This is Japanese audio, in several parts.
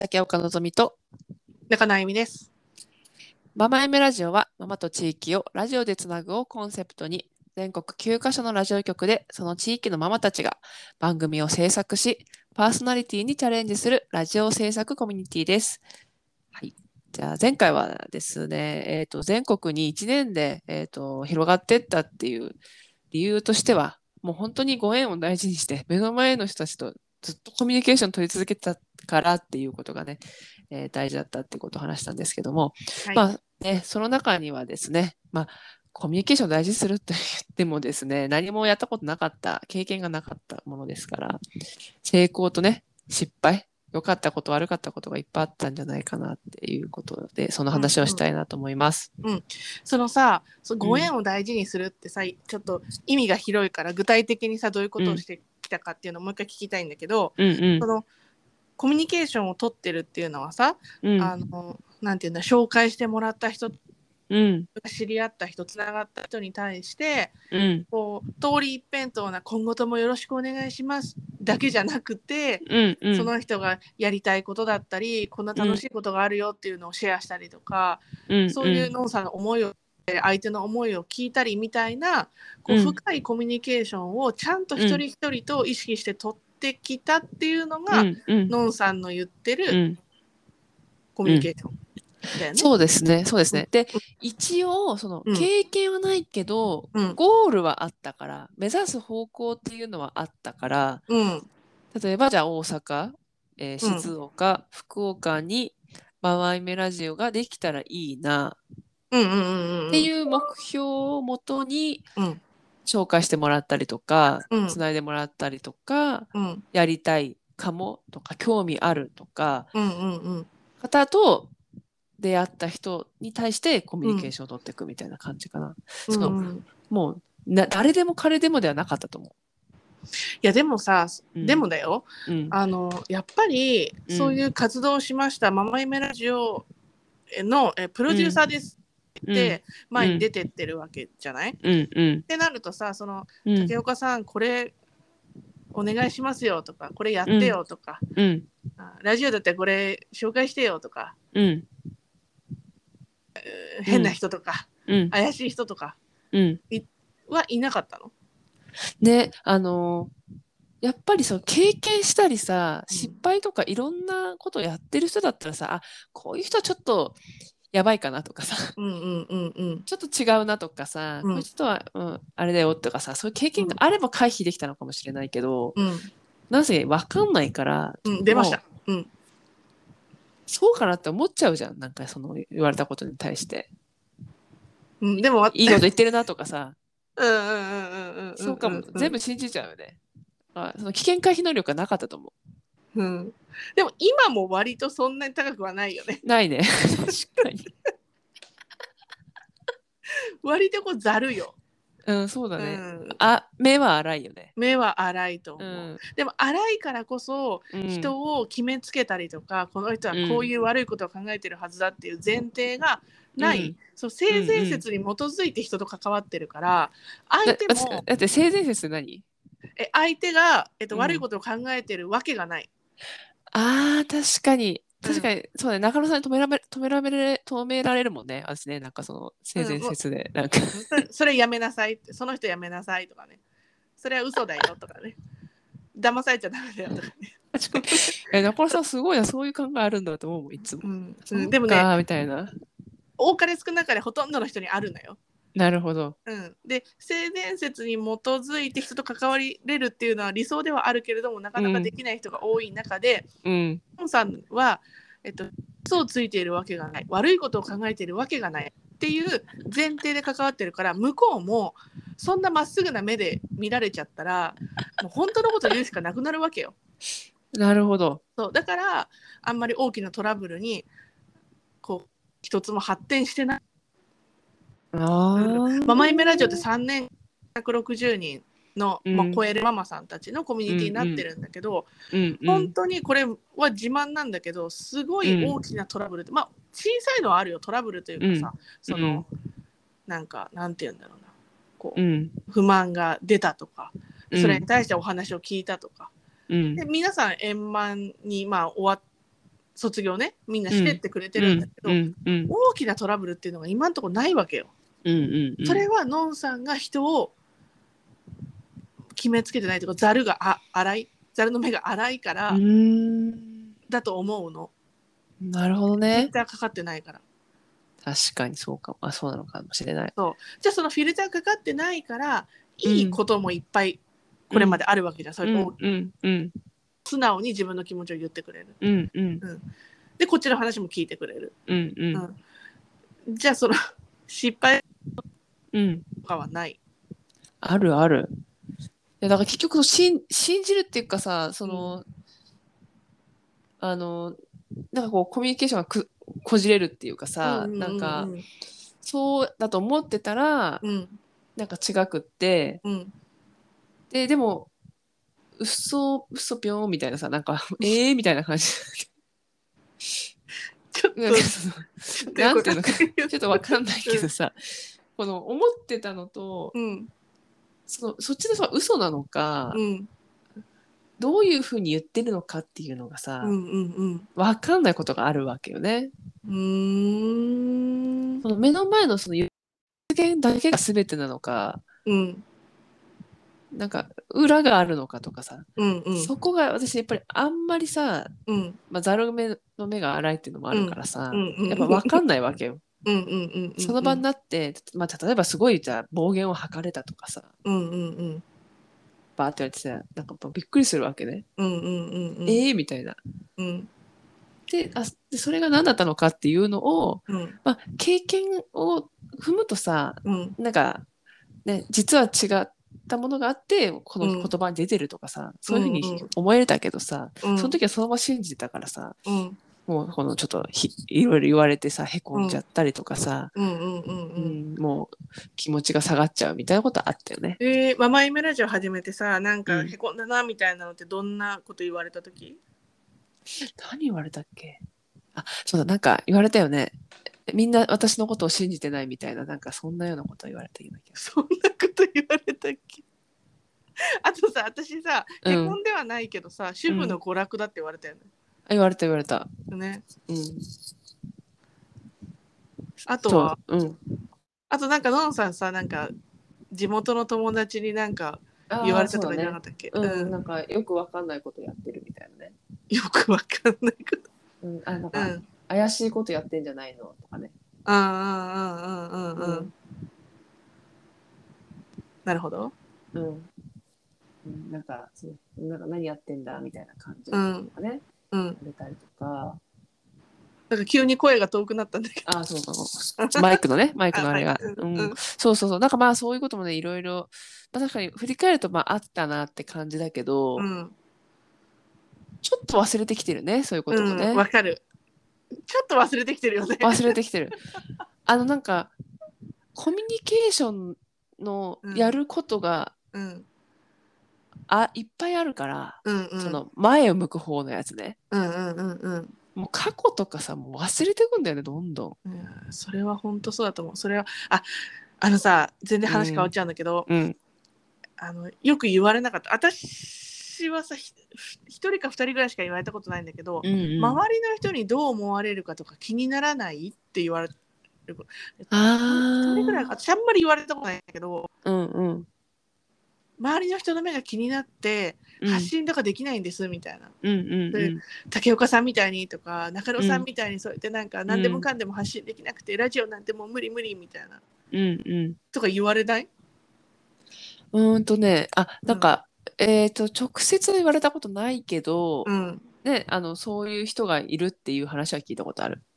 竹岡のぞみと中野あゆみです。 ママエメラジオはママと地域をラジオでつなぐをコンセプトに全国9カ所のラジオ局でその地域のママたちが番組を制作しパーソナリティにチャレンジするラジオ制作コミュニティです。はい。じゃあ前回はですね、全国に1年で、広がっていったっていう理由としてはもう本当にご縁を大事にして目の前の人たちとずっとコミュニケーション取り続けてたからっていうことがね、大事だったってことを話したんですけども、 はい。 まあね、その中にはですね、コミュニケーションを大事にするって言ってもですね、何もやったことなかった、経験がなかったものですから、成功とね、失敗、良かったこと、悪かったことがいっぱいあったんじゃないかなっていうことで、その話をしたいなと思います。 そのさ、ごうん縁を大事にするってさ、ちょっと意味が広いから具体的にさ、どういうことをしてきたかっていうのをもう一回聞きたいんだけど、 うんそのコミュニケーションを取ってるっていうのはさ、 うんなんていうんだ、紹介してもらった人、 うん知り合った人、つながった人に対して、 うんこう通り一辺倒な今後ともよろしくお願いしますだけじゃなくて、 うんうんその人がやりたいことだったり、こんな楽しいことがあるよっていうのをシェアしたりとか、 うんそういうのんさんの思いを、相手の思いを聞いたりみたいな、こううん深いコミュニケーションをちゃんと一人一人と意識して取ってきたっていうのうが、 んうんのんさんの言ってるうんコミュうんニケーションだよね。 そうですね、そうですうんね。で、一応、そのうん経験はないけど、 うんゴールはあったから、目指す方向っていうのはあったから、 うん例えばじゃあ大阪、 うん静岡、福岡にマワイメラジオができたらいいなうんうんってうんいう目標をもとにうん紹介してもらったりとか、 うんつないでもらったりとか、 うんやりたいかもとか、興味あるとか、 うんうん方と出会った人に対してコミュニケーうんションを取っていくみたいな感じかな。 うそのん。 もう誰でも彼でもではなかったと思いやでもさ、 う。うん、 でもだよ、 うんやっぱりそういうんう活動をしましたママイメラジオのプロデューうんサーですうんって前に出てってるわけじゃない、 うんうんってなるとさ、そのうん竹岡さんこれお願いしますよとか、これやってうんよとか、 うんラジオだったらこれ紹介してよとか、 うん変な人とか、 うん怪しい人とかうんはいなかったの？ で、やっぱりそう経験したりさ、 うん失敗とかいろんなことやってる人だったらさ、こういう人はちょっとやばいかなとかさ、 うんうんうんうんちょっと違うなとかさ、 うんこういう人は、あれだよとかさ、そういう経験があれば回避できたのかもしれないけど、 うんなぜわかんないから、 うん出ました。うんそうかなって思っちゃうじゃん。なんかその言われたことに対して。 うんでもいいこと言ってるなとかさ、 うんうんうんうんうんそうかも、 うん全部信じちゃうよね。その危険回避能力がなかったと思うん。でも今も割とそんなに高くはないよね。 う。ないね。確かに。 割とこうざるよ。 うん、そうだね。 うん目は荒いよね。 目は荒いと思う。 うん。 でも荒いからこそうん。 人を決めつけたりとか、この人はこういう悪いことを考えてるはずだっていう前提がない、そう性善説に基づいて人と関わってるから、相手もだって性善説って何？ 相手が、 うん悪いことを考えてるわけがない。 ああ、確かに。 うん確かに、そうね、中野さんに止められるもんね。私ね、なんかその性善説で、なんかそれやめなさいって、その人やめなさいとかね。それは嘘だよとかね。騙されちゃダメだよとかね。 確かに。中野さんすごいな、そういう考えあるんだと思うもん、いつも。 でもね、 みたいな。 多かれ少なかれほとんどの人にあるのよ。 なるほど。 で、性善説に基づいて人と関われるっていうのは理想ではあるけれども、なかなかできない人が多い中で、ポンさんは、嘘をついているわけがない、悪いことを考えているわけがないっていう前提で関わってるから、向こうもそんなまっすぐな目で見られちゃったら、もう本当のこと言うしかなくなるわけよ。 なるほど。 そうだからあんまり大きなトラブルにこう一つも発展してない。ママイメラジオって3年160人の、超えるママさんたちのコミュニティになってるんだけど、本当にこれは自慢なんだけど、すごい大きなトラブルって、小さいのはあるよ、トラブルというかさ、そのなんかなんて言うんだろうな、こう、不満が出たとか、それに対してお話を聞いたとか、で皆さん円満に終わっ卒業ねみんなしてってくれてるんだけど、大きなトラブルっていうのが今のところないわけよ。それはのんさんが人を決めつけてないというか、ざるの目が荒いからだと思うの。 なるほどね。 フィルターかかってないから。 確かにそうかも。そうなのかもしれない。 そうじゃあそのフィルターかかってないからいいこともいっぱいこれまであるわけじゃん。それ素直に自分の気持ちを言ってくれる。でこっちの話も聞いてくれる。じゃあその失敗とかはない。 あるある。いやだから結局信じるっていうかさ、なんかこうコミュニケーションがこじれるっていうかさ、なんかそうだと思ってたら、なんか違くって、でも嘘ぴょんみたいなさ、なんかみたいな感じ。 ちょっとなんていうのかちょっとわかんないけどさ、この思ってたのと、そっちの嘘なのか、どういうふうに言ってるのかっていうのがさ、わかんないことがあるわけよね。その目の前のその発言だけが全てなのか、なんか裏があるのかとかさ、そこが私やっぱりあんまりさ、ざるの目が荒いっていうのもあるからさ、やっぱ分かんないわけよ。その場になって、例えばすごいじゃあ暴言を吐かれたとかさ、バーって言われてさ、なんかびっくりするわけね。みたいな。でそれが何だったのかっていうのを、経験を踏むとさ、なんか、ね、実は違ったものがあってこの言葉に出てるとかさ、そういうふうに思えれたけどさ、その時はそのまま信じてたからさ、もうこのちょっといろいろ言われてさへこんじゃったりとかさ、もう気持ちが下がっちゃうみたいなことあったよね。 ママイメラジオ始めてさ、なんかへこんだなみたいなのってどんなこと言われた時？ 何言われたっけ？そうだ、なんか言われたよね。みんな私のことを信じてないみたいな、なんかそんなようなこと言われたような気がする。 そんなこと言われたっけ？あとさ、私さ、へこんではないけどさ、主婦の娯楽だって言われたよね。 言われた。 ね。あとは、あとなんかのんさんさ、なんか地元の友達になんか言われたとかじゃなかったっけ？ なんかよくわかんないことやってるみたいなね。 よくわかんないこと。 なんか怪しいことやってんじゃないのとかね。 なるほど。 なんか何やってんだみたいな感じとかね。出たりとか。 なんか急に声が遠くなったんだけど。 そうかも。マイクのあれが。そう。なんかまあそういうこともね、いろいろ、確かに振り返るとあったなって感じだけど、ちょっと忘れてきてるね、そういうこともね。 わかる。ちょっと忘れてきてるよね。 忘れてきてる。なんか、コミュニケーションのやることが、いっぱいあるから、その前を向く方のやつね。もう過去とかさ、もう忘れてくんだよね、どんどん。それは本当そうだと思う。それはさ、全然話変わっちゃうんだけど、よく言われなかった。私はさ、1人か2人ぐらいしか言われたことないんだけど、周りの人にどう思われるかとか気にならないって言われる。1人ぐらいか、私あんまり言われたことないんだけど、周りの人の目が気になって発信とかできないんですみたいな。竹岡さんみたいにとか中野さんみたいにそうやってなんか何でもかんでも発信できなくて、ラジオなんてもう無理みたいな、とか言われない？ なんか、直接言われたことないけど、ね、そういう人がいるっていう話は聞いたことある。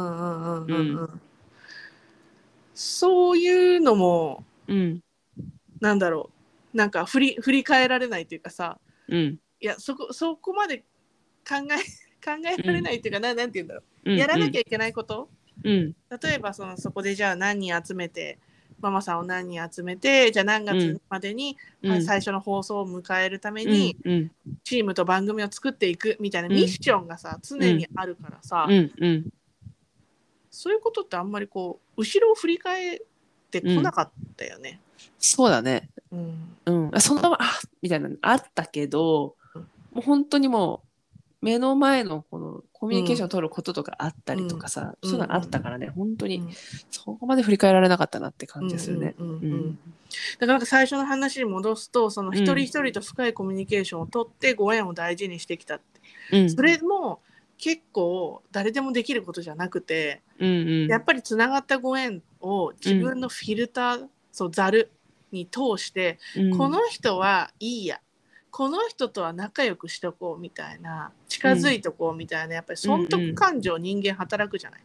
そういうのも、なんだろう、なんか振り返られないっていうかさ、いやそこまで考えられないっていうか、なんて言うんだろう、やらなきゃいけないこと、例えばそこでじゃあ何人集めて、ママさんを何人集めて、じゃあ何月までに最初の放送を迎えるためにチームと番組を作っていくみたいなミッションがさ、常にあるからさ、そういうことってあんまりこう後ろを振り返ってこなかったよね。 そうだね。そのままみたいなのあったけど、もう本当にも目の前のこのコミュニケーションを取ることとかあったりとかさ、そういうのあったからね、本当にそこまで振り返られなかったなって感じするね。 だから最初の話に戻すと、その一人一人と深いコミュニケーションを取ってご縁を大事にしてきたって、それも結構誰でもできることじゃなくて、やっぱりつながったご縁を自分のフィルター、そうザルに通して、この人はいいや、この人とは仲良くしとこうみたいな、近づいとこうみたいな、やっぱり損得感情、人間働くじゃない。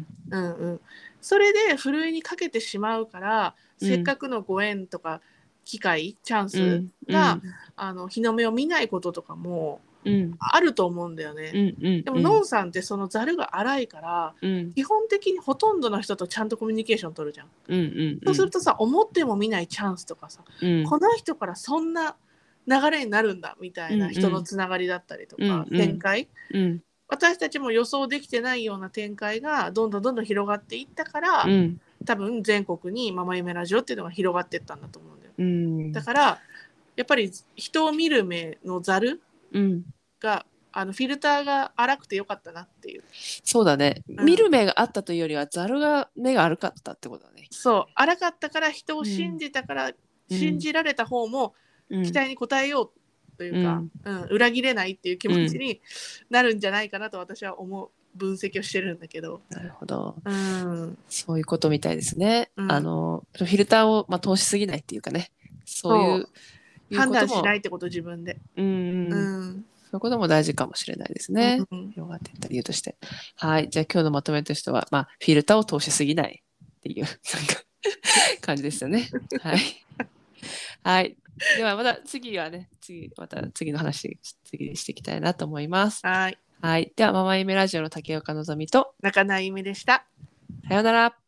それでふるいにかけてしまうから、せっかくのご縁とか機会チャンスが、日の目を見ないこととかもあると思うんだよね。でもノンさんってそのザルが荒いから、基本的にほとんどの人とちゃんとコミュニケーション取るじゃん。そうするとさ、思っても見ないチャンスとかさ、この人からそんな流れになるんだみたいな人のつながりだったりとか、展開、私たちも予想できてないような展開がどんどん広がっていったから、多分全国にママ夢ラジオっていうのが広がっていったんだと思うんだよ。だからやっぱり人を見る目のザルが、フィルターが荒くてよかったなっていう。 そうだね、見る目があったというよりはザルが目が荒かったってことだね。 そう、荒かったから人を信じたから、信じられた方も期待に応えようというか、裏切れないっていう気持ちになるんじゃないかなと私は思う分析をしてるんだけど。 なるほど、そういうことみたいですね。フィルターを、通しすぎないっていうかね、そういう判断しないってこと、自分で。 そういうことも大事かもしれないですね。広がっていった理由として。はい。じゃあ今日のまとめとしては、フィルターを通しすぎないっていう感じですよね。はい。はい。ではまた次はね、また次の話、次していきたいなと思います。はい。では、ママ夢ラジオの竹岡のぞみと中名由美でした。 さようなら。